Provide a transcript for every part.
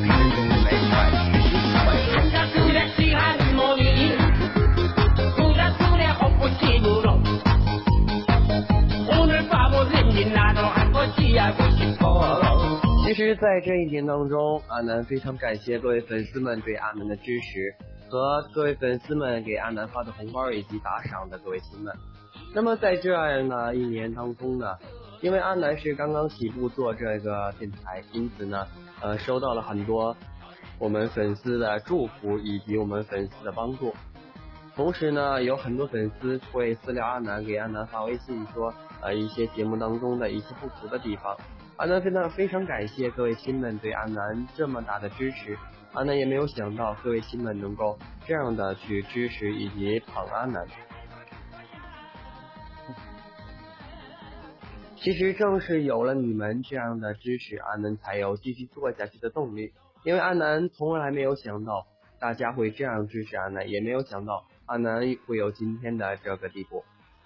其实在这一年当中，阿南非常感谢各位粉丝们对阿南的支持和各位粉丝们给阿南发的红包以及打赏的各位亲们。那么在这样的一年当中呢，因为阿南是刚刚起步做这个电台，因此呢收到了很多我们粉丝的祝福以及我们粉丝的帮助。同时呢，有很多粉丝会私聊阿南，给阿南发微信说一些节目当中的一些不足的地方。阿南非常感谢各位亲们对阿南这么大的支持，阿南也没有想到各位亲们能够这样的去支持以及捧阿南。其实正是有了你们这样的支持，阿南才有继续做下去的动力。因为阿南从来没有想到大家会这样支持阿南，也没有想到阿南会有今天的这个地步。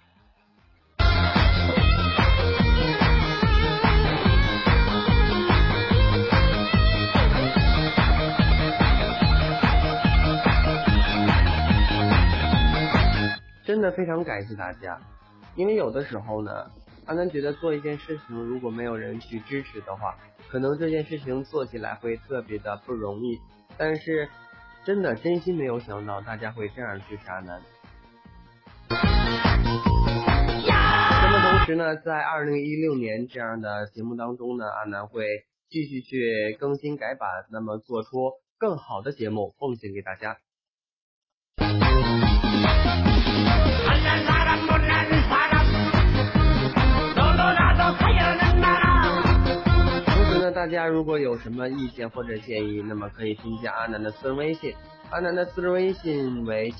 真的非常感谢大家，因为有的时候呢，阿南觉得做一件事情如果没有人去支持的话，可能这件事情做起来会特别的不容易，但是真心没有想到大家会这样支持阿南。那么同时呢，在2016年这样的节目当中呢，阿南会继续去更新改版，那么做出更好的节目奉献给大家。同时呢，大家如果有什么意见或者建议，那么可以添加阿南的私人微信，阿南的私人微信为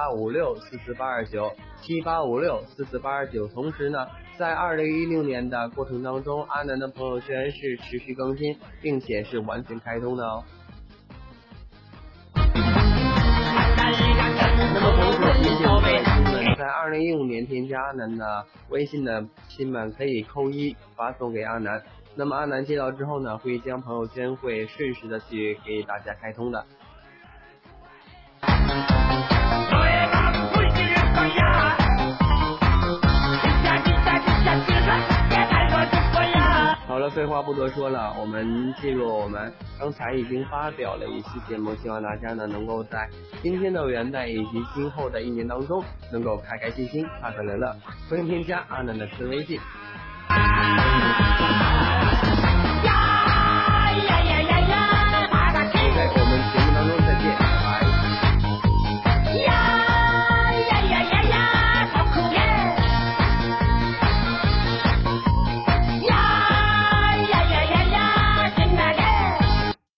78564489，78564489。同时呢，在2016年的过程当中，阿南的朋友圈是持续更新，并且是完全开通的哦。那么同时提醒各位亲们，在2015年添加阿南的微信的亲们可以扣1发送给阿南，那么阿南接到之后呢，会将朋友圈会顺时的去给大家开通的。好了，废话不多说了，我们进入我们刚才已经发表了一期节目，希望大家呢能够在今天的元旦以及今后的一年当中能够开开心心、快快乐乐。欢迎添加阿南的私人微信。